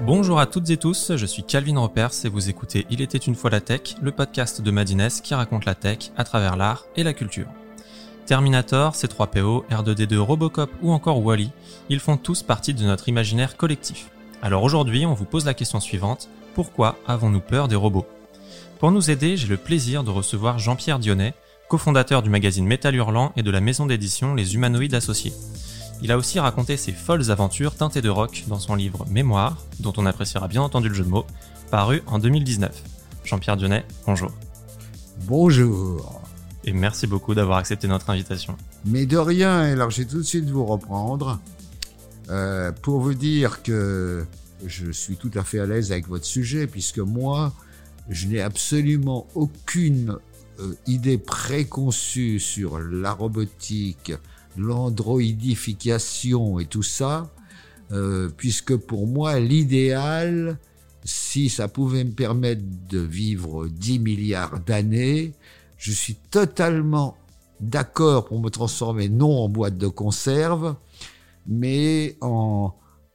Bonjour à toutes et tous, je suis Calvin Ropers et vous écoutez Il était une fois la tech, le podcast de Madines qui raconte la tech à travers l'art et la culture. Terminator, C3PO, R2D2, Robocop ou encore Wall-E, ils font tous partie de notre imaginaire collectif. Alors aujourd'hui, on vous pose la question suivante, pourquoi avons-nous peur des robots ? Pour nous aider, j'ai le plaisir de recevoir Jean-Pierre Dionnet, cofondateur du magazine Métal Hurlant et de la maison d'édition Les Humanoïdes Associés. Il a aussi raconté ses folles aventures teintées de rock dans son livre Mémoire, dont on appréciera bien entendu le jeu de mots, paru en 2019. Jean-Pierre Dionnet, bonjour. Bonjour. Et merci beaucoup d'avoir accepté notre invitation. Mais de rien, alors je vais tout de suite vous reprendre pour vous dire que je suis tout à fait à l'aise avec votre sujet, puisque moi, je n'ai absolument aucune idée préconçue sur la robotique, l'androidification et tout ça, puisque pour moi, l'idéal, si ça pouvait me permettre de vivre 10 milliards d'années, je suis totalement d'accord pour me transformer non en boîte de conserve, mais en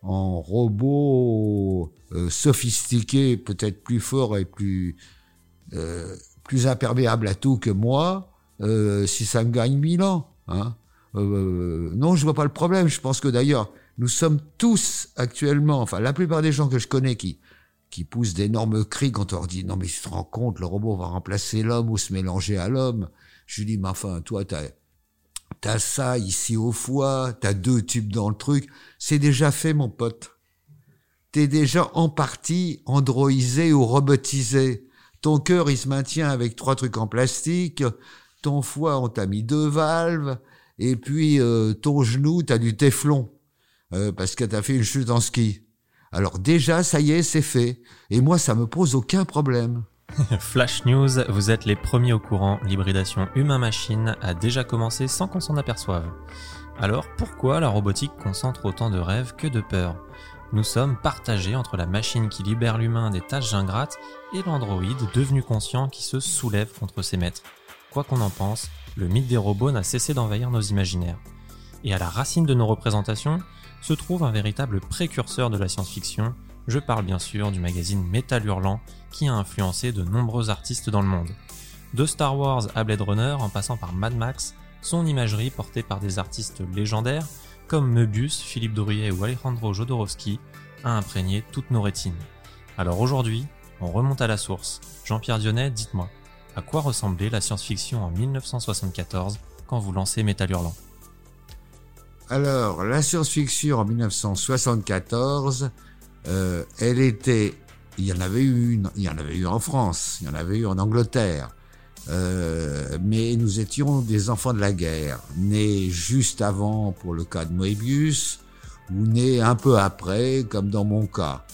robot sophistiqué, peut-être plus fort et plus imperméable à tout que moi, si ça me gagne 1000 ans. Hein. Non, je vois pas le problème. Je pense que d'ailleurs, nous sommes tous actuellement, enfin la plupart des gens que je connais qui poussent d'énormes cris quand on leur dit « Non mais tu te rends compte, le robot va remplacer l'homme ou se mélanger à l'homme ?» Je lui dis « Mais enfin, toi, t'as ça ici au foie, t'as 2 tubes dans le truc. C'est déjà fait, mon pote. T'es déjà en partie androïsé ou robotisé. Ton cœur, il se maintient avec 3 trucs en plastique. Ton foie, on t'a mis 2 valves. Et puis, ton genou, t'as du téflon. Parce que t'as fait une chute en ski. Alors déjà, ça y est, c'est fait. Et moi, ça me pose aucun problème. » Flash News, vous êtes les premiers au courant, l'hybridation humain-machine a déjà commencé sans qu'on s'en aperçoive. Alors pourquoi la robotique concentre autant de rêves que de peurs ? Nous sommes partagés entre la machine qui libère l'humain des tâches ingrates et l'androïde devenu conscient qui se soulève contre ses maîtres. Quoi qu'on en pense, le mythe des robots n'a cessé d'envahir nos imaginaires. Et à la racine de nos représentations se trouve un véritable précurseur de la science-fiction. Je parle bien sûr du magazine Métal Hurlant qui a influencé de nombreux artistes dans le monde. De Star Wars à Blade Runner en passant par Mad Max, son imagerie portée par des artistes légendaires comme Möbius, Philippe Drouillet ou Alejandro Jodorowsky a imprégné toutes nos rétines. Alors aujourd'hui, on remonte à la source. Jean-Pierre Dionnet, dites-moi, à quoi ressemblait la science-fiction en 1974 quand vous lancez Métal Hurlant ? Alors, la science-fiction en 1974, elle était... Il y en avait eu en France, il y en avait eu en Angleterre, mais nous étions des enfants de la guerre, nés juste avant pour le cas de Möbius, ou nés un peu après, comme dans mon cas.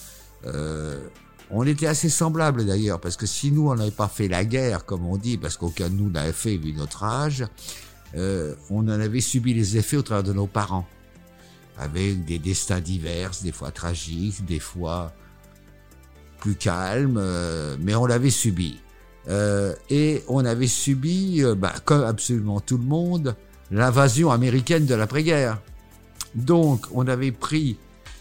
On était assez semblables d'ailleurs, parce que si nous on n'avait pas fait la guerre, comme on dit, parce qu'aucun de nous n'avait fait vu notre âge, on en avait subi les effets au travers de nos parents, avec des destins divers, des fois tragiques, des fois plus calmes, mais on l'avait subi. Et on avait subi, comme absolument tout le monde, l'invasion américaine de l'après-guerre. Donc on avait pris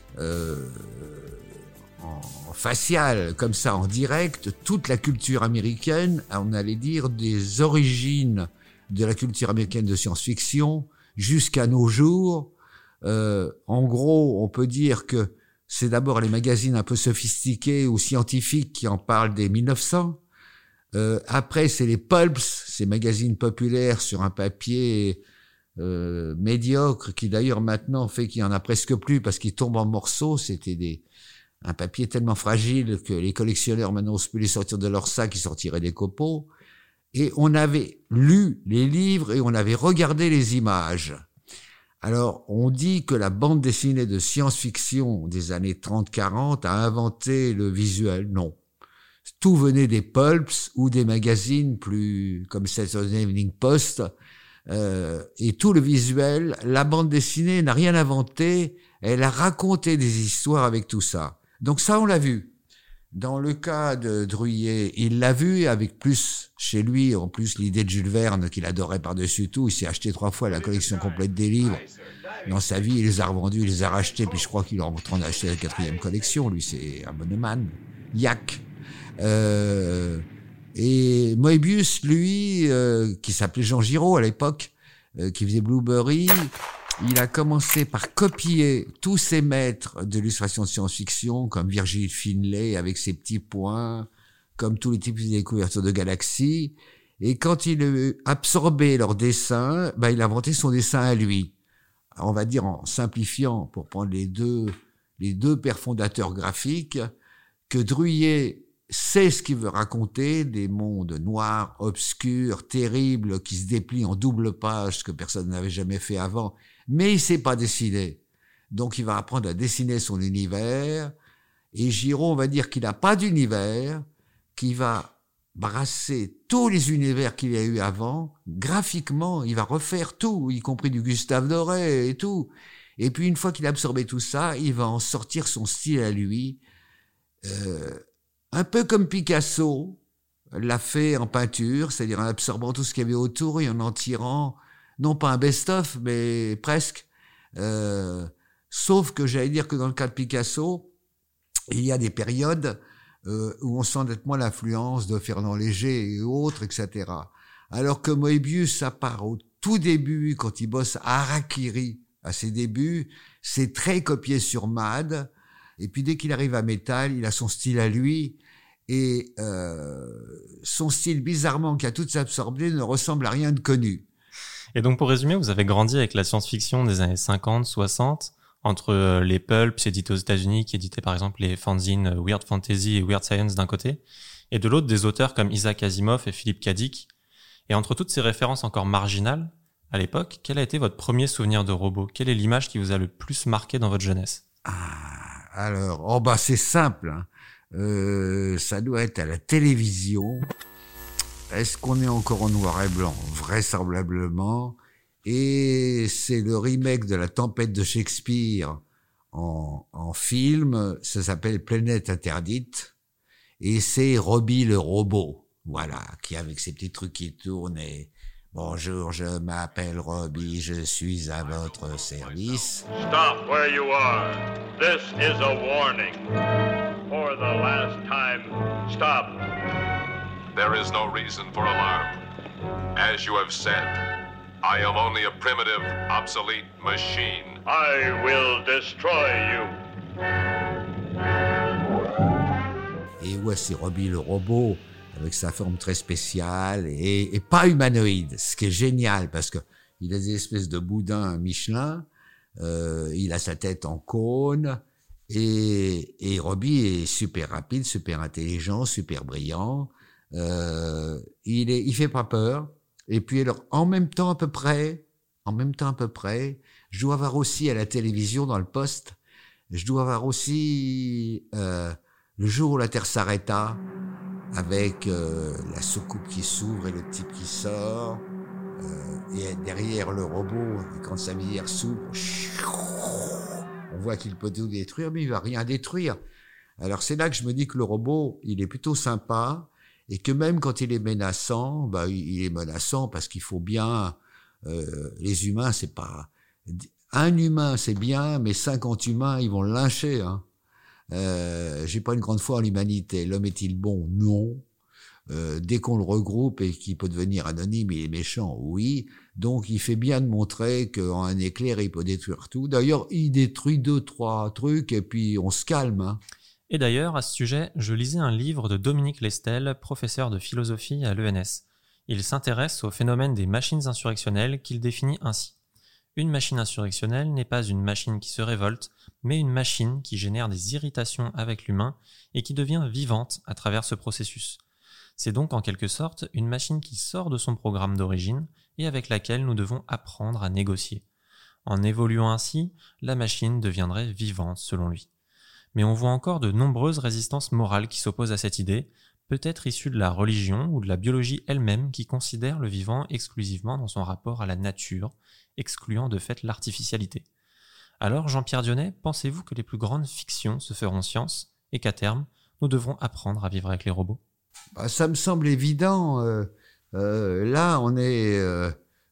en facial, comme ça, en direct, toute la culture américaine, on allait dire des origines de la culture américaine de science-fiction jusqu'à nos jours. En gros, on peut dire que c'est d'abord les magazines un peu sophistiqués ou scientifiques qui en parlent dès 1900. Après, c'est les pulps, ces magazines populaires sur un papier médiocre, qui d'ailleurs maintenant fait qu'il y en a presque plus parce qu'ils tombent en morceaux. C'était un papier tellement fragile que les collectionneurs maintenant n'osent plus les sortir de leur sac, ils sortiraient des copeaux. Et on avait lu les livres et on avait regardé les images. Alors, on dit que la bande dessinée de science-fiction des années 30-40 a inventé le visuel. Non. Tout venait des pulps ou des magazines plus comme Saturday Evening Post. Et tout le visuel, la bande dessinée n'a rien inventé. Elle a raconté des histoires avec tout ça. Donc ça, on l'a vu. Dans le cas de Drouillet, il l'a vu avec plus chez lui, en plus l'idée de Jules Verne qu'il adorait par-dessus tout. Il s'est acheté 3 fois la collection complète des livres. dans sa vie. Il les a revendus, il les a rachetés, puis je crois qu'il est en train d'acheter la 4e collection. Lui, c'est un monoman. Yak. Et Moebius, lui, qui s'appelait Jean Giraud à l'époque, qui faisait Blueberry, il a commencé par copier tous ses maîtres de l'illustration de science-fiction, comme Virgil Finlay avec ses petits points, comme tous les types des couvertures de galaxies. Et quand il a absorbé leurs dessins, il a inventé son dessin à lui. On va dire en simplifiant, pour prendre les deux pères fondateurs graphiques, que Druillet sait ce qu'il veut raconter, des mondes noirs, obscurs, terribles, qui se déplient en double page, ce que personne n'avait jamais fait avant, mais il sait pas dessiner. Donc il va apprendre à dessiner son univers, et Giraud, on va dire qu'il n'a pas d'univers, qui va brasser tous les univers qu'il y a eu avant, graphiquement, il va refaire tout, y compris du Gustave Doré et tout. Et puis une fois qu'il a absorbé tout ça, il va en sortir son style à lui, un peu comme Picasso l'a fait en peinture, c'est-à-dire en absorbant tout ce qu'il y avait autour et en en tirant, non pas un best-of, mais presque. Sauf que j'allais dire que dans le cas de Picasso, il y a des périodes où on sent nettement l'influence de Fernand Léger et autres, etc. Alors que Moebius, à part au tout début, quand il bosse à Harakiri, à ses débuts, c'est très copié sur Mad. Et puis dès qu'il arrive à Metal, il a son style à lui. Et son style, bizarrement, qui a tout absorbé, ne ressemble à rien de connu. Et donc pour résumer, vous avez grandi avec la science-fiction des années 50, 60, entre les pulps édités aux États-Unis, qui éditaient par exemple les fanzines Weird Fantasy et Weird Science d'un côté, et de l'autre des auteurs comme Isaac Asimov et Philippe K. Dick. Et entre toutes ces références encore marginales, à l'époque, quel a été votre premier souvenir de robot ? Quelle est l'image qui vous a le plus marqué dans votre jeunesse ? Alors, c'est simple, hein. Ça doit être à la télévision. Est-ce qu'on est encore en noir et blanc ? Vraisemblablement. Et c'est le remake de La Tempête de Shakespeare en film. Ça s'appelle Planète Interdite. Et c'est Robbie le robot. Voilà, qui avec ses petits trucs qui tournent et... Bonjour, je m'appelle Robbie, je suis à votre service. Stop where you are. This is a warning. For the last time, stop. There is no reason for alarm. As you have said, I am only a primitive, obsolete machine. I will destroy you. Et ouais, c'est Robbie le robot, avec sa forme très spéciale et pas humanoïde, ce qui est génial parce que il a des espèces de boudins Michelin, il a sa tête en cône et Robbie est super rapide, super intelligent, super brillant. Il fait pas peur. Et puis alors en même temps à peu près, je dois avoir aussi à la télévision dans le poste, je dois avoir aussi le jour où la Terre s'arrêta. Avec la soucoupe qui s'ouvre et le type qui sort, et derrière le robot, et quand sa visière s'ouvre, on voit qu'il peut tout détruire, mais il va rien détruire. Alors c'est là que je me dis que le robot, il est plutôt sympa, et que même quand il est menaçant, il est menaçant parce qu'il faut bien... les humains, c'est pas... Un humain, c'est bien, mais 50 humains, ils vont le lyncher, hein. J'ai pas une grande foi en l'humanité. L'homme est-il bon ? Non. Dès qu'on le regroupe et qu'il peut devenir anonyme, il est méchant, oui. Donc il fait bien de montrer qu'en un éclair, il peut détruire tout. D'ailleurs, il détruit 2-3 trucs et puis on se calme, hein. Et d'ailleurs, à ce sujet, je lisais un livre de Dominique Lestel, professeur de philosophie à l'ENS. Il s'intéresse au phénomène des machines insurrectionnelles qu'il définit ainsi. Une machine insurrectionnelle n'est pas une machine qui se révolte, mais une machine qui génère des irritations avec l'humain et qui devient vivante à travers ce processus. C'est donc en quelque sorte une machine qui sort de son programme d'origine et avec laquelle nous devons apprendre à négocier. En évoluant ainsi, la machine deviendrait vivante selon lui. Mais on voit encore de nombreuses résistances morales qui s'opposent à cette idée, peut-être issues de la religion ou de la biologie elle-même qui considère le vivant exclusivement dans son rapport à la nature, excluant de fait l'artificialité. Alors, Jean-Pierre Dionnet, pensez-vous que les plus grandes fictions se feront science et qu'à terme, nous devrons apprendre à vivre avec les robots ? Ça me semble évident. Là, on est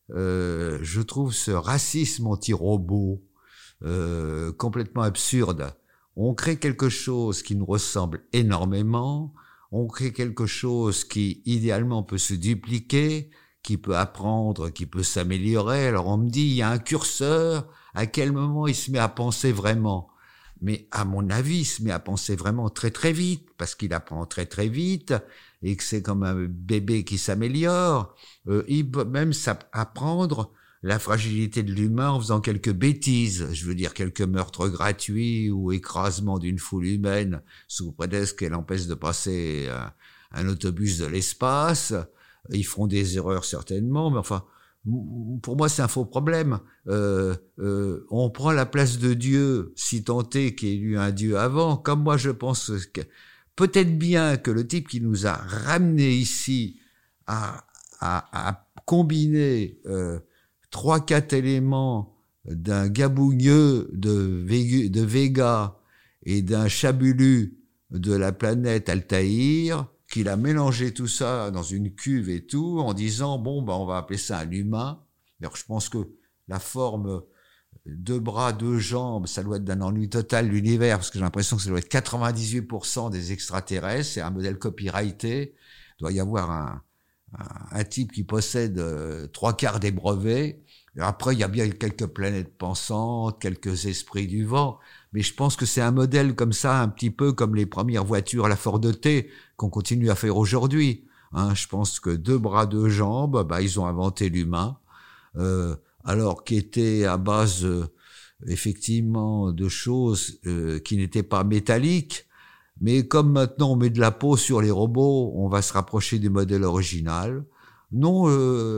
je trouve ce racisme anti-robot complètement absurde. On crée quelque chose qui nous ressemble énormément, on crée quelque chose qui idéalement peut se dupliquer, qui peut apprendre, qui peut s'améliorer. Alors on me dit, il y a un curseur, à quel moment il se met à penser vraiment ? Mais à mon avis, il se met à penser vraiment très très vite, parce qu'il apprend très très vite, et que c'est comme un bébé qui s'améliore. Il peut même apprendre la fragilité de l'humain en faisant quelques bêtises, je veux dire quelques meurtres gratuits ou écrasement d'une foule humaine sous prétexte qu'elle empêche de passer un autobus de l'espace. Ils feront des erreurs certainement, mais enfin, pour moi c'est un faux problème. On prend la place de Dieu, si tant est qu'il y ait eu un Dieu avant, comme moi je pense que peut-être bien que le type qui nous a ramenés ici a combiné 3-4 éléments d'un gabougneux de Vega et d'un chabulu de la planète Altaïr, qu'il a mélangé tout ça dans une cuve et tout, en disant, bon, on va appeler ça un humain. Alors, je pense que la forme 2 bras, 2 jambes, ça doit être d'un ennui total l'univers, parce que j'ai l'impression que ça doit être 98% des extraterrestres, c'est un modèle copyrighté. Il doit y avoir un type qui possède 3/4 des brevets. Et après, il y a bien quelques planètes pensantes, quelques esprits du vent, mais je pense que c'est un modèle comme ça, un petit peu comme les premières voitures, la Ford T, qu'on continue à faire aujourd'hui. Je pense que 2 bras, 2 jambes, ils ont inventé l'humain, alors qui était à base, effectivement, de choses qui n'étaient pas métalliques. Mais comme maintenant on met de la peau sur les robots, on va se rapprocher du modèle original. Non,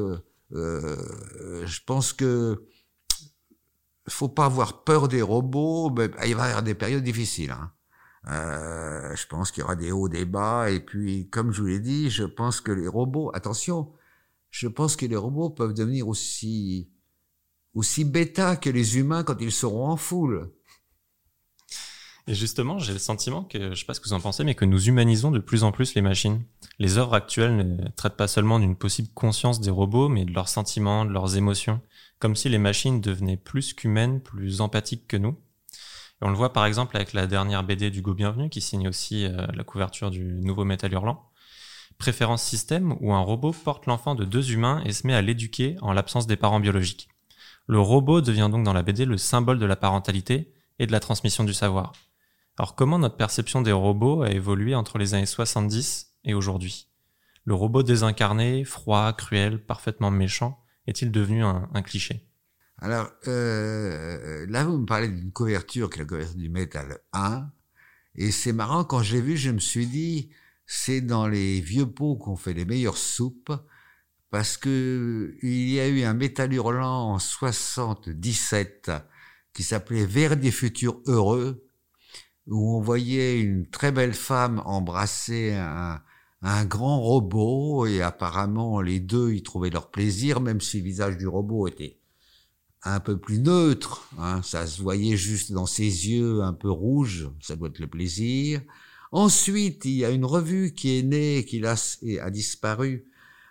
je pense que faut pas avoir peur des robots, mais il va y avoir des périodes difficiles. Je pense qu'il y aura des hauts, des bas, et puis, comme je vous l'ai dit, je pense que les robots, attention, je pense que les robots peuvent devenir aussi bêta que les humains quand ils seront en foule. Et justement, j'ai le sentiment que, je sais pas ce que vous en pensez, mais que nous humanisons de plus en plus les machines. Les œuvres actuelles ne traitent pas seulement d'une possible conscience des robots, mais de leurs sentiments, de leurs émotions, comme si les machines devenaient plus qu'humaines, plus empathiques que nous. Et on le voit par exemple avec la dernière BD d'Hugo Bienvenu, qui signe aussi la couverture du nouveau Métal Hurlant. Préférence système, où un robot porte l'enfant de 2 humains et se met à l'éduquer en l'absence des parents biologiques. Le robot devient donc dans la BD le symbole de la parentalité et de la transmission du savoir. Alors comment notre perception des robots a évolué entre les années 70 et aujourd'hui ? Le robot désincarné, froid, cruel, parfaitement méchant, est-il devenu un cliché ? Alors, là, vous me parlez d'une couverture qui est la couverture du Métal 1, et c'est marrant, quand je l'ai vu, je me suis dit, c'est dans les vieux pots qu'on fait les meilleures soupes, parce que il y a eu un Métal Hurlant en 77 qui s'appelait Vers des futurs heureux, où on voyait une très belle femme embrasser un grand robot, et apparemment les deux y trouvaient leur plaisir, même si le visage du robot était un peu plus neutre, ça se voyait juste dans ses yeux un peu rouges, ça doit être le plaisir. Ensuite, il y a une revue qui est née, qui a disparu,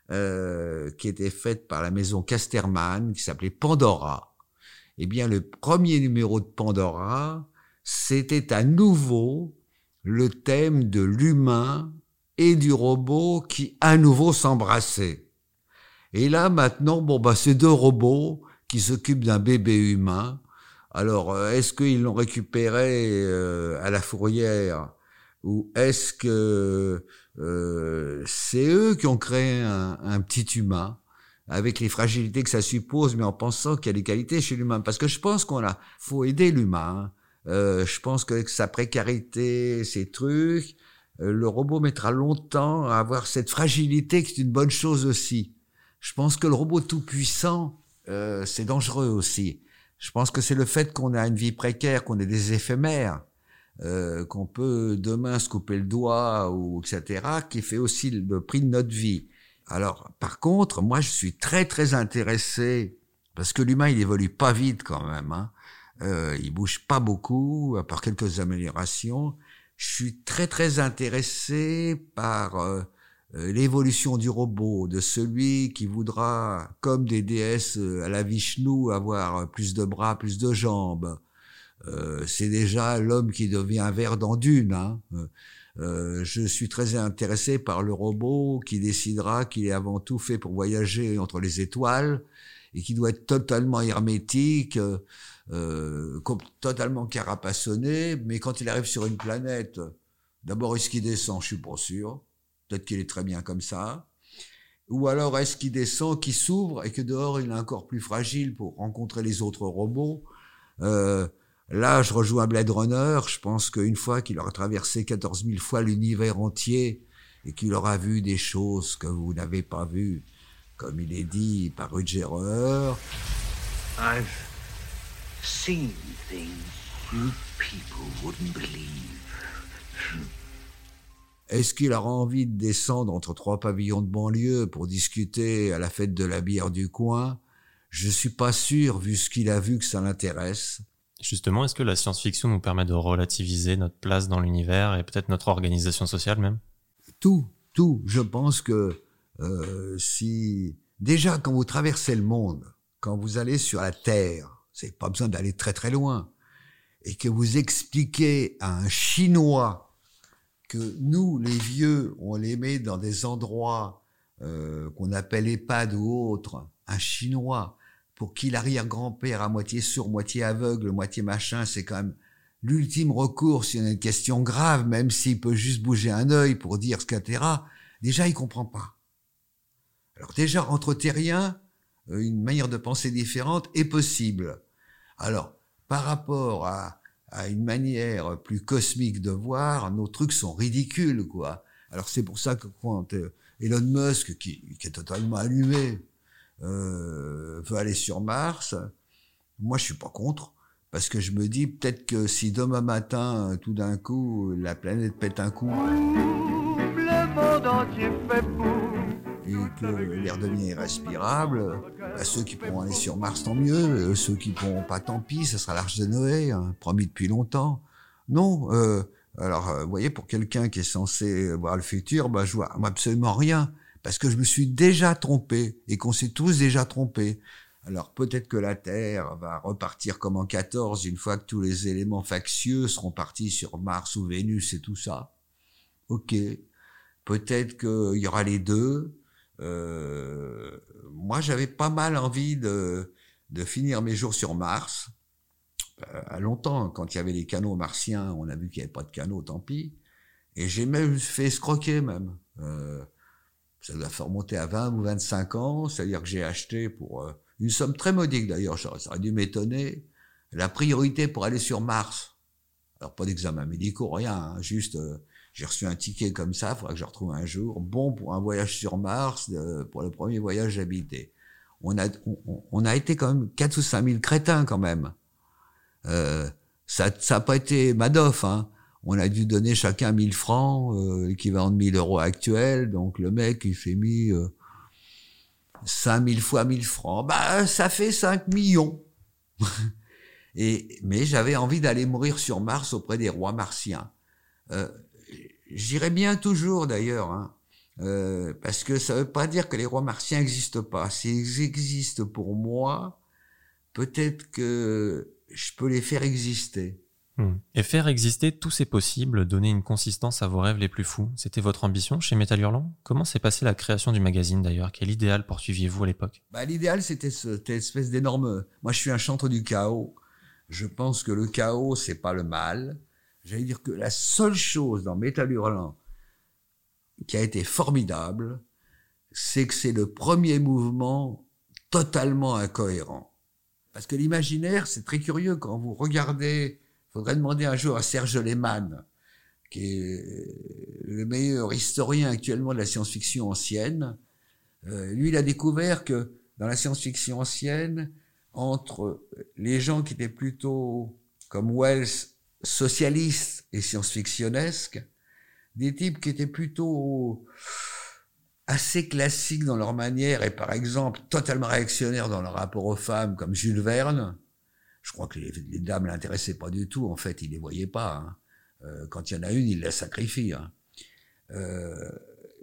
qui était faite par la maison Casterman, qui s'appelait Pandora. Eh bien, le premier numéro de Pandora, c'était à nouveau le thème de l'humain et du robot qui à nouveau s'embrassaient. Et là, maintenant, c'est 2 robots qui s'occupent d'un bébé humain. Alors, est-ce qu'ils l'ont récupéré à la fourrière, ou est-ce que c'est eux qui ont créé un petit humain avec les fragilités que ça suppose, mais en pensant qu'il y a des qualités chez l'humain? Parce que je pense faut aider l'humain. Je pense qu'avec sa précarité, ses trucs, le robot mettra longtemps à avoir cette fragilité qui est une bonne chose aussi. Je pense que le robot tout-puissant, c'est dangereux aussi. Je pense que c'est le fait qu'on a une vie précaire, qu'on ait des éphémères, qu'on peut demain se couper le doigt, ou etc., qui fait aussi le prix de notre vie. Alors, par contre, moi, je suis très, très intéressé, parce que l'humain, il évolue pas vite quand même, il bouge pas beaucoup, à part quelques améliorations. Je suis très, très intéressé par l'évolution du robot, de celui qui voudra, comme des déesses à la Vishnu, avoir plus de bras, plus de jambes. C'est déjà l'homme qui devient vert dans Dune. Hein. Je suis très intéressé par le robot qui décidera qu'il est avant tout fait pour voyager entre les étoiles et qui doit être totalement hermétique, totalement carapassonné, mais quand il arrive sur une planète, d'abord est-ce qu'il descend? Je suis pas sûr. Peut-être qu'il est très bien comme ça. Ou alors est-ce qu'il descend, qu'il s'ouvre et que dehors il est encore plus fragile pour rencontrer les autres robots? Là, je rejoins Blade Runner. Je pense qu'une fois qu'il aura traversé 14 000 fois l'univers entier et qu'il aura vu des choses que vous n'avez pas vues, comme il est dit par Rutger Hauer. I've seen things you people wouldn't believe. Est-ce qu'il aura envie de descendre entre 3 pavillons de banlieue pour discuter à la fête de la bière du coin? Je suis pas sûr, vu ce qu'il a vu, que ça l'intéresse. Justement, est-ce que la science-fiction nous permet de relativiser notre place dans l'univers et peut-être notre organisation sociale même? Tout. Je pense que si... Déjà, quand vous traversez le monde, quand vous allez sur la Terre, c'est pas besoin d'aller très très loin, et que vous expliquez à un Chinois que nous, les vieux, on les met dans des endroits qu'on appelle EHPAD ou autres, un Chinois, pour qui l'arrière-grand-père à moitié sourd, moitié aveugle, moitié machin, c'est quand même l'ultime recours s'il y a une question grave, même s'il peut juste bouger un œil pour dire ce etc. Déjà, il comprend pas. Alors déjà, entre terriens, une manière de penser différente est possible. Alors, par rapport à une manière plus cosmique de voir, nos trucs sont ridicules, quoi. Alors c'est pour ça que quand Elon Musk, qui est totalement allumé, veut aller sur Mars, moi je suis pas contre, parce que je me dis peut-être que si demain matin, tout d'un coup, la planète pète un coup, Le monde entier fait boum. et que l'air devient irrespirable, bah, ceux qui pourront aller sur Mars, tant mieux. Ceux qui pourront pas, tant pis, ce sera l'Arche de Noé, hein, promis depuis longtemps. Non, alors, vous voyez, pour quelqu'un qui est censé voir le futur, bah, je vois absolument rien, parce que je me suis déjà trompé, et qu'on s'est tous déjà trompés. Alors, peut-être que la Terre va repartir comme en 14, une fois que tous les éléments factieux seront partis sur Mars ou Vénus et tout ça. Ok. Peut-être qu'il y aura les deux. Moi, j'avais pas mal envie de finir mes jours sur Mars. À longtemps, quand il y avait les canaux martiens, on a vu qu'il n'y avait pas de canaux, tant pis. Et j'ai même fait escroquer, même. Ça doit faire remonter à 20 ou 25 ans, c'est-à-dire que j'ai acheté pour une somme très modique, d'ailleurs, ça aurait dû m'étonner, la priorité pour aller sur Mars. Alors, pas d'examen médicaux, rien, hein, juste... j'ai reçu un ticket comme ça, il faudra que je retrouve un jour, bon pour un voyage sur Mars, pour le premier voyage habité. On a été quand même 4 ou 5 000 crétins quand même. Ça a pas été Madoff, hein. On a dû donner chacun 1 000 francs, équivalent de 1 000 € actuels, donc le mec il s'est mis 5 000 fois 1 000 francs, bah ça fait 5 millions. Mais j'avais envie d'aller mourir sur Mars auprès des rois martiens. J'irais bien toujours d'ailleurs, hein, parce que ça veut pas dire que les rois martiens n'existent pas. S'ils existent pour moi, peut-être que je peux les faire exister. Et faire exister tous ces possibles, donner une consistance à vos rêves les plus fous, c'était votre ambition chez Métal Hurlant? Comment s'est passée la création du magazine d'ailleurs? Quel idéal poursuiviez-vous à l'époque? Bah, l'idéal, c'était cette espèce d'énorme... Moi, je suis un chantre du chaos. Je pense que le chaos, c'est pas le mal. J'allais dire que la seule chose dans Métal Hurlant qui a été formidable, c'est que c'est le premier mouvement totalement incohérent. Parce que l'imaginaire, c'est très curieux. Quand vous regardez, il faudrait demander un jour à Serge Lehmann, qui est le meilleur historien actuellement de la science-fiction ancienne. Lui, il a découvert que dans la science-fiction ancienne, entre les gens qui étaient plutôt comme Wells, socialistes et science-fictionnesques, des types qui étaient plutôt assez classiques dans leur manière et par exemple totalement réactionnaires dans leur rapport aux femmes comme Jules Verne. Je crois que les dames l'intéressaient pas du tout, en fait, ils les voyaient pas. Hein. Quand il y en a une, il la sacrifie. Hein.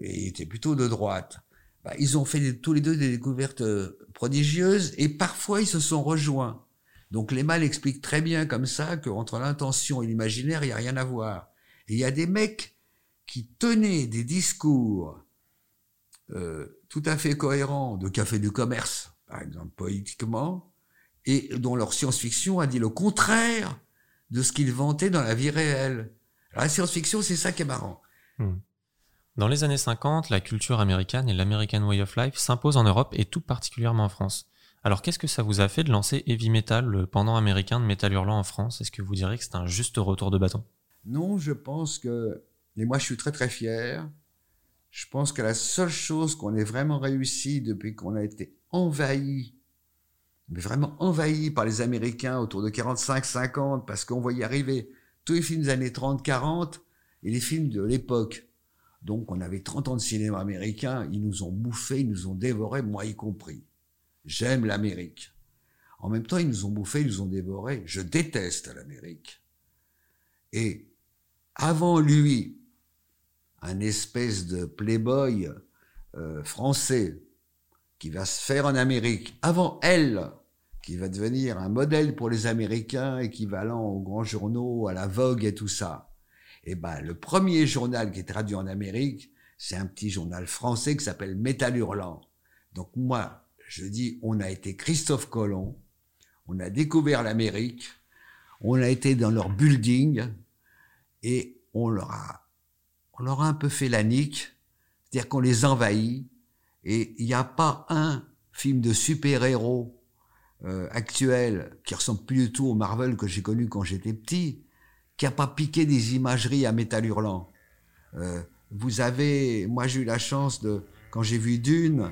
et étaient plutôt de droite. Ils ont fait tous les deux des découvertes prodigieuses et parfois ils se sont rejoints. Donc Lehman explique très bien comme ça qu'entre l'intention et l'imaginaire, il n'y a rien à voir. Et il y a des mecs qui tenaient des discours tout à fait cohérents de Café du Commerce, par exemple, politiquement, et dont leur science-fiction a dit le contraire de ce qu'ils vantaient dans la vie réelle. Alors, la science-fiction, c'est ça qui est marrant. Dans les années 50, la culture américaine et l'American Way of Life s'imposent en Europe et tout particulièrement en France. Alors qu'est-ce que ça vous a fait de lancer Heavy Metal, le pendant américain de Métal Hurlant en France? Est-ce que vous diriez que c'est un juste retour de bâton? Non, je pense que... Et moi, je suis très très fier. Je pense que la seule chose qu'on ait vraiment réussi depuis qu'on a été envahi, mais vraiment envahi par les Américains autour de 45-50, parce qu'on voyait arriver tous les films des années 30-40 et les films de l'époque. Donc, on avait 30 ans de cinéma américain, ils nous ont bouffés, ils nous ont dévorés, moi y compris. J'aime l'Amérique. En même temps, ils nous ont bouffés, ils nous ont dévorés. Je déteste l'Amérique. Et avant lui, un espèce de playboy français qui va se faire en Amérique, avant elle, qui va devenir un modèle pour les Américains, équivalent aux grands journaux, à la Vogue et tout ça. Et le premier journal qui est traduit en Amérique, c'est un petit journal français qui s'appelle Métal Hurlant. Donc moi, je dis, on a été Christophe Colomb, on a découvert l'Amérique, on a été dans leur building et on leur a un peu fait la nique, c'est-à-dire qu'on les envahit et il n'y a pas un film de super-héros actuel qui ressemble plus du tout au Marvel que j'ai connu quand j'étais petit, qui n'a pas piqué des imageries à Métal Hurlant. Moi j'ai eu la chance quand j'ai vu Dune,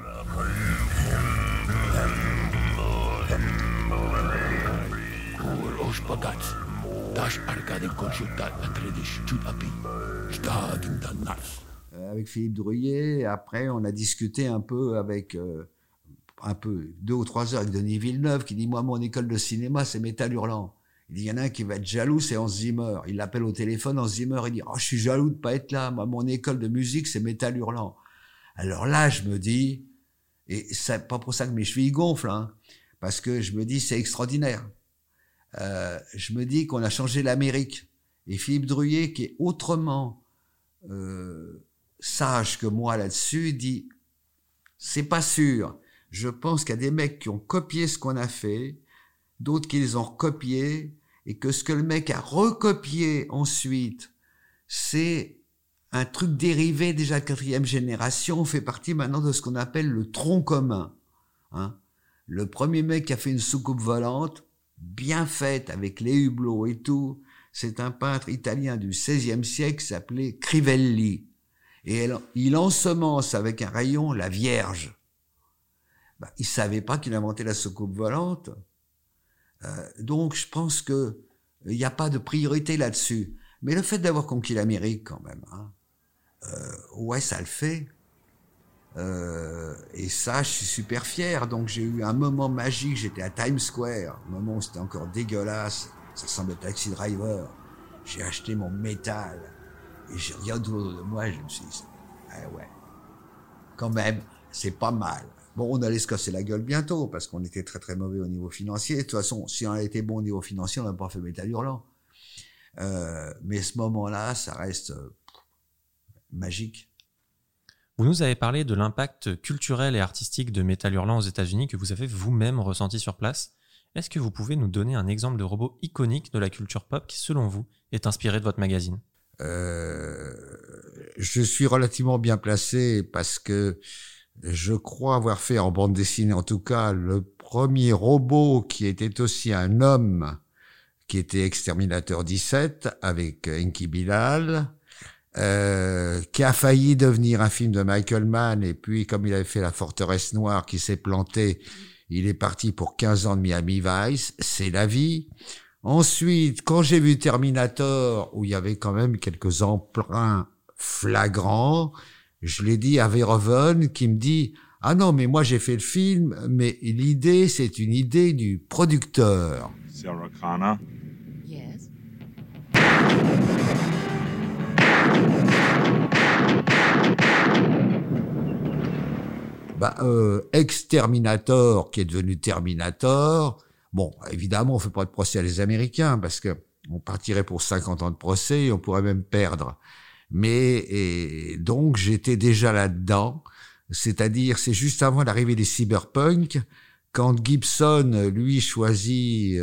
avec Philippe Drouillet. Après, on a discuté un peu avec 2 ou 3 heures avec Denis Villeneuve qui dit, moi, mon école de cinéma, c'est Métal Hurlant. Il dit, il y en a un qui va être jaloux, c'est Hans Zimmer. Il l'appelle au téléphone, Hans Zimmer, il dit, je suis jaloux de pas être là. Moi, mon école de musique, c'est Métal Hurlant. Alors là, je me dis, et c'est pas pour ça que mes chevilles gonflent, parce que je me dis, c'est extraordinaire. Je me dis qu'on a changé l'Amérique. Et Philippe Drouillet, qui est autrement sage que moi là-dessus, dit, c'est pas sûr. Je pense qu'il y a des mecs qui ont copié ce qu'on a fait, d'autres qui les ont recopiés, et que ce que le mec a recopié ensuite, c'est un truc dérivé déjà de 4e génération, fait partie maintenant de ce qu'on appelle le tronc commun. Le premier mec qui a fait une soucoupe volante, bien faite, avec les hublots et tout, c'est un peintre italien du XVIe siècle qui s'appelait Crivelli. Et il ensemence avec un rayon la Vierge. Il savait pas qu'il inventait la soucoupe volante. Donc, je pense que il n'y a pas de priorité là-dessus. Mais le fait d'avoir conquis l'Amérique, quand même, ouais, ça le fait. Et ça, je suis super fier. Donc, j'ai eu un moment magique. J'étais à Times Square, un moment où c'était encore dégueulasse. Ça ressemblait à Taxi Driver. J'ai acheté mon métal. Et je regarde autour de moi et je me suis dit, ouais, quand même, c'est pas mal. Bon, on allait se casser la gueule bientôt, parce qu'on était très très mauvais au niveau financier. De toute façon, si on avait été bon au niveau financier, on n'aurait pas fait Métal Hurlant. Mais ce moment-là, ça reste magique. Vous nous avez parlé de l'impact culturel et artistique de Métal Hurlant aux États-Unis que vous avez vous-même ressenti sur place. Est-ce que vous pouvez nous donner un exemple de robot iconique de la culture pop qui, selon vous, est inspiré de votre magazine? Je suis relativement bien placé parce que je crois avoir fait en bande dessinée, en tout cas, le premier robot qui était aussi un homme, qui était Exterminateur 17, avec Enki Bilal, qui a failli devenir un film de Michael Mann, et puis comme il avait fait La Forteresse Noire qui s'est planté, il est parti pour 15 ans de Miami Vice, c'est la vie. Ensuite, quand j'ai vu Terminator, où il y avait quand même quelques emprunts flagrants, je l'ai dit à Verhoeven, qui me dit « Ah non, mais moi j'ai fait le film, mais l'idée, c'est une idée du producteur. » Sarah Connor? Yes. Exterminator, qui est devenu Terminator. Bon, évidemment, on fait pas de procès à les Américains, parce que on partirait pour 50 ans de procès et on pourrait même perdre. Et donc, j'étais déjà là-dedans. C'est-à-dire, c'est juste avant l'arrivée des cyberpunk, quand Gibson, lui, choisit,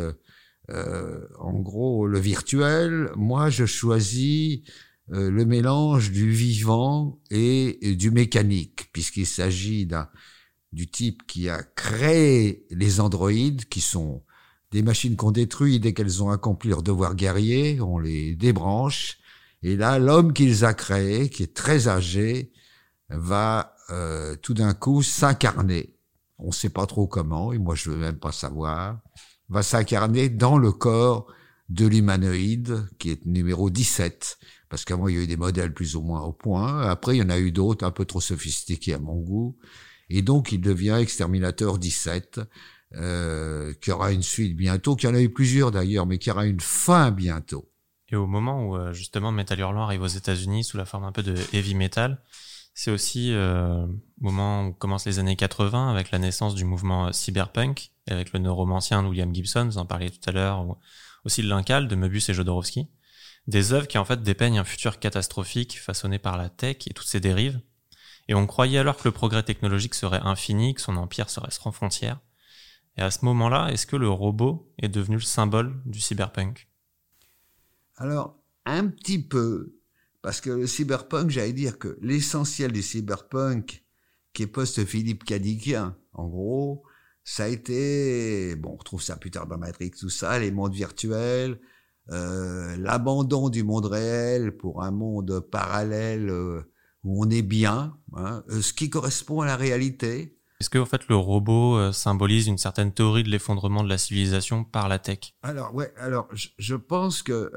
en gros, le virtuel, moi, je choisis le mélange du vivant et du mécanique, puisqu'il s'agit du type qui a créé les androïdes, qui sont des machines qu'on détruit dès qu'elles ont accompli leur devoir guerrier, on les débranche, et là, l'homme qu'ils a créé, qui est très âgé, va tout d'un coup s'incarner. On ne sait pas trop comment, et moi je veux même pas savoir, va s'incarner dans le corps de l'humanoïde, qui est numéro 17, parce qu'avant il y a eu des modèles plus ou moins au point, après il y en a eu d'autres un peu trop sophistiqués à mon goût, et donc il devient Exterminateur 17, qui aura une suite bientôt, qui en a eu plusieurs d'ailleurs, mais qui aura une fin bientôt. Et au moment où justement Metal Hurlant arrive aux États-Unis sous la forme un peu de heavy metal, c'est aussi au moment où commencent les années 80 avec la naissance du mouvement cyberpunk, et avec le neuromancien William Gibson, vous en parliez tout à l'heure, ou aussi de Lincal, de Möbius et Jodorowsky. Des œuvres qui en fait dépeignent un futur catastrophique façonné par la tech et toutes ses dérives. Et on croyait alors que le progrès technologique serait infini, que son empire serait sans frontières. Et à ce moment-là, est-ce que le robot est devenu le symbole du cyberpunk ? Alors, un petit peu, parce que le cyberpunk, j'allais dire que l'essentiel du cyberpunk, qui est post-Philippe Cadikien, en gros, ça a été, bon, on retrouve ça plus tard dans Matrix, tout ça, les mondes virtuels, l'abandon du monde réel pour un monde parallèle où on est bien, hein, ce qui correspond à la réalité. Est-ce que en fait le robot symbolise une certaine théorie de l'effondrement de la civilisation par la tech ? Alors ouais, alors je pense que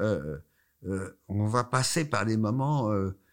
on va passer par des moments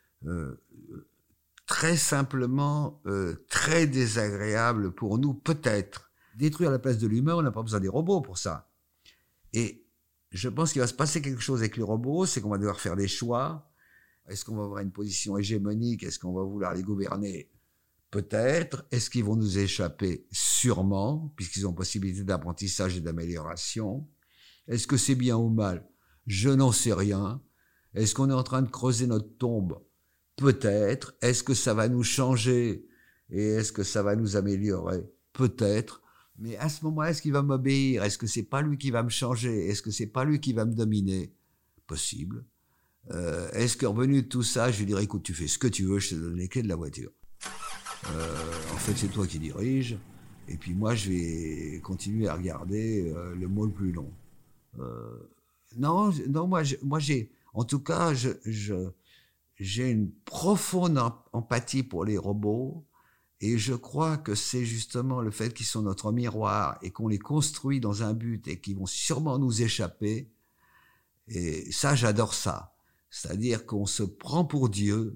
très simplement très désagréables pour nous, peut-être. Détruire la place de l'humain, on n'a pas besoin des robots pour ça. Et je pense qu'il va se passer quelque chose avec les robots, c'est qu'on va devoir faire des choix. Est-ce qu'on va avoir une position hégémonique ? Est-ce qu'on va vouloir les gouverner ? Peut-être. Est-ce qu'ils vont nous échapper ? Sûrement, puisqu'ils ont possibilité d'apprentissage et d'amélioration. Est-ce que c'est bien ou mal ? Je n'en sais rien. Est-ce qu'on est en train de creuser notre tombe ? Peut-être. Est-ce que ça va nous changer ? Et est-ce que ça va nous améliorer ? Peut-être. Mais à ce moment-là, est-ce qu'il va m'obéir ? Est-ce que c'est pas lui qui va me changer ? Est-ce que c'est pas lui qui va me dominer ? Possible. Est-ce que revenu de tout ça, je lui dirais, écoute, tu fais ce que tu veux, je te donne les clés de la voiture. En fait, c'est toi qui dirige, et puis moi, je vais continuer à regarder le mot le plus long. Non, moi, j'ai, en tout cas, j'ai une profonde empathie pour les robots, et je crois que c'est justement le fait qu'ils sont notre miroir et qu'on les construit dans un but et qu'ils vont sûrement nous échapper. Et ça, j'adore ça. C'est-à-dire qu'on se prend pour Dieu.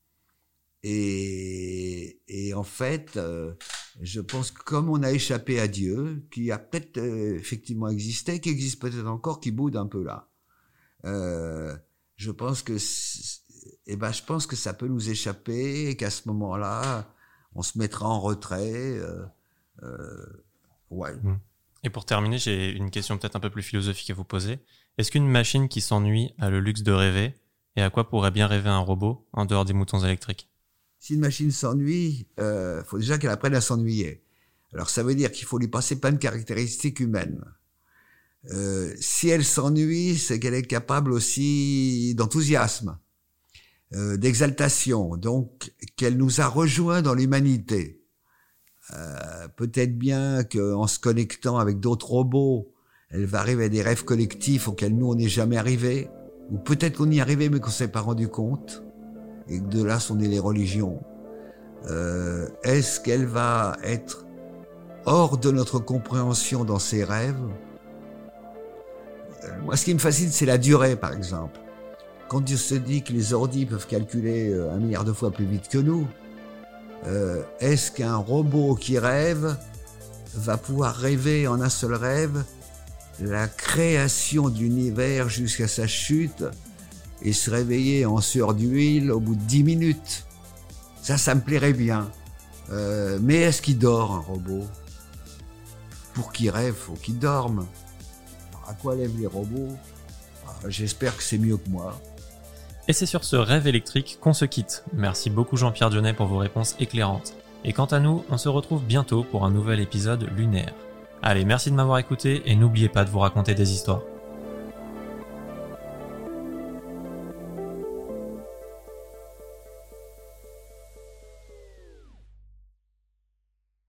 Et en fait, je pense que comme on a échappé à Dieu, qui a peut-être effectivement existé, qui existe peut-être encore, qui boude un peu là, je pense que ça peut nous échapper et qu'à ce moment-là, on se mettra en retrait. Ouais. Et pour terminer, j'ai une question peut-être un peu plus philosophique à vous poser. Est-ce qu'une machine qui s'ennuie a le luxe de rêver ? Et à quoi pourrait bien rêver un robot en dehors des moutons électriques ? Si une machine s'ennuie, faut déjà qu'elle apprenne à s'ennuyer. Alors ça veut dire qu'il faut lui passer plein de caractéristiques humaines. Si elle s'ennuie, c'est qu'elle est capable aussi d'enthousiasme, d'exaltation, donc qu'elle nous a rejoints dans l'humanité. Peut-être bien qu'en se connectant avec d'autres robots, elle va arriver à des rêves collectifs auxquels nous on n'est jamais arrivés, ou peut-être qu'on y est arrivé mais qu'on s'est pas rendu compte. Et que de là sont nées les religions. Est-ce qu'elle va être hors de notre compréhension dans ses rêves ? Moi, ce qui me fascine, c'est la durée, par exemple. Quand Dieu se dit que les ordis peuvent calculer 1 milliard de fois plus vite que nous, est-ce qu'un robot qui rêve va pouvoir rêver en un seul rêve la création de l'univers jusqu'à sa chute et se réveiller en sueur d'huile au bout de 10 minutes. Ça me plairait bien. Mais est-ce qu'il dort, un robot? Pour qu'il rêve, faut qu'il dorme. Alors, à quoi lèvent les robots? J'espère que c'est mieux que moi. Et c'est sur ce rêve électrique qu'on se quitte. Merci beaucoup Jean-Pierre Dionnet pour vos réponses éclairantes. Et quant à nous, on se retrouve bientôt pour un nouvel épisode lunaire. Allez, merci de m'avoir écouté et n'oubliez pas de vous raconter des histoires.